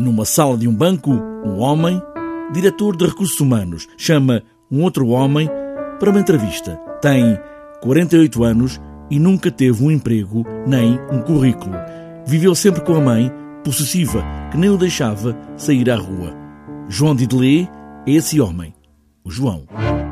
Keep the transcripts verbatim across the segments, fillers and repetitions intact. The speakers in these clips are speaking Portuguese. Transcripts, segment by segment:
Numa sala de um banco, um homem, diretor de recursos humanos, chama um outro homem para uma entrevista. Tem quarenta e oito anos e nunca teve um emprego nem um currículo. Viveu sempre com a mãe, possessiva, que nem o deixava sair à rua. João Didelé é esse homem, o João.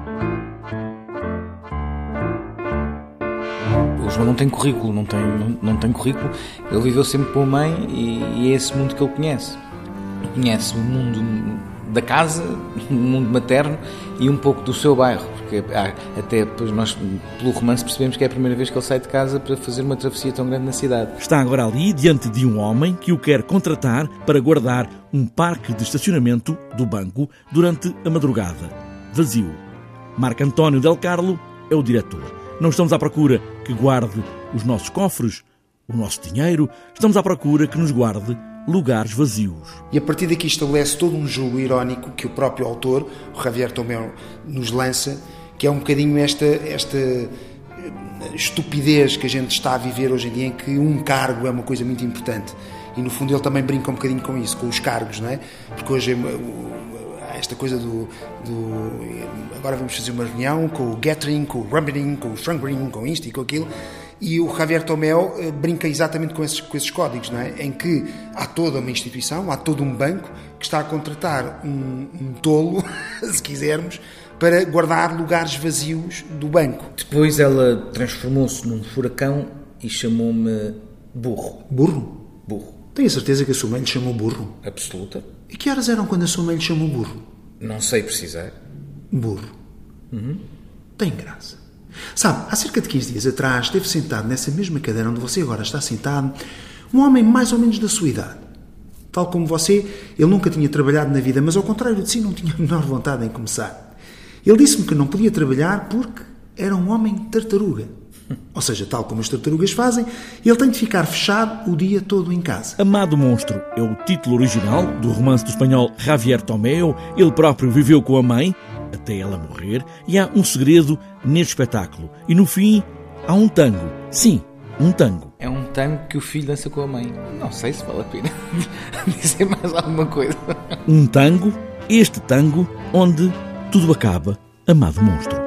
O João não tem currículo, não tem, não, não tem currículo. Ele viveu sempre com a mãe e, e é esse mundo que ele conhece. Conhece o mundo da casa, o mundo materno e um pouco do seu bairro, porque ah, até depois nós, pelo romance, percebemos que é a primeira vez que ele sai de casa para fazer uma travessia tão grande na cidade. Está agora ali, diante de um homem que o quer contratar para guardar um parque de estacionamento do banco durante a madrugada. Vazio. Marco António Del Carlo é o diretor. Não estamos à procura que guarde os nossos cofres, o nosso dinheiro. Estamos à procura que nos guarde lugares vazios. E a partir daqui estabelece todo um jogo irónico que o próprio autor, o Javier Tomeu, nos lança, que é um bocadinho esta, esta estupidez que a gente está a viver hoje em dia, em que um cargo é uma coisa muito importante. E no fundo ele também brinca um bocadinho com isso, com os cargos, não é? Porque hoje há esta coisa do, do... Agora vamos fazer uma reunião com o Gathering, com o Rumbling, com o Strangling, com isto e com aquilo. E o Javier Tomeu brinca exatamente com esses, com esses códigos, não é? Em que há toda uma instituição, há todo um banco que está a contratar um, um tolo, se quisermos, para guardar lugares vazios do banco. Depois ela transformou-se num furacão e chamou-me burro. Burro? Burro. Tenho a certeza que a sua mãe lhe chamou burro? Absoluta. E que horas eram quando a sua mãe lhe chamou burro? Não sei precisar. Burro. Uhum. Tem graça. Sabe, há cerca de quinze dias atrás esteve sentado nessa mesma cadeira onde você agora está sentado um homem mais ou menos da sua idade. Tal como você, ele nunca tinha trabalhado na vida, mas ao contrário de si não tinha a menor vontade em começar. Ele disse-me que não podia trabalhar porque era um homem tartaruga. Ou seja, tal como as tartarugas fazem, ele tem de ficar fechado o dia todo em casa. Amado Monstro é o título original do romance do espanhol Javier Tomeu. Ele próprio viveu com a mãe até ela morrer, e há um segredo neste espetáculo. E no fim, há um tango. Sim, um tango. É um tango que o filho dança com a mãe. Não sei se vale a pena dizer mais alguma coisa. Um tango, este tango, onde tudo acaba, amado monstro.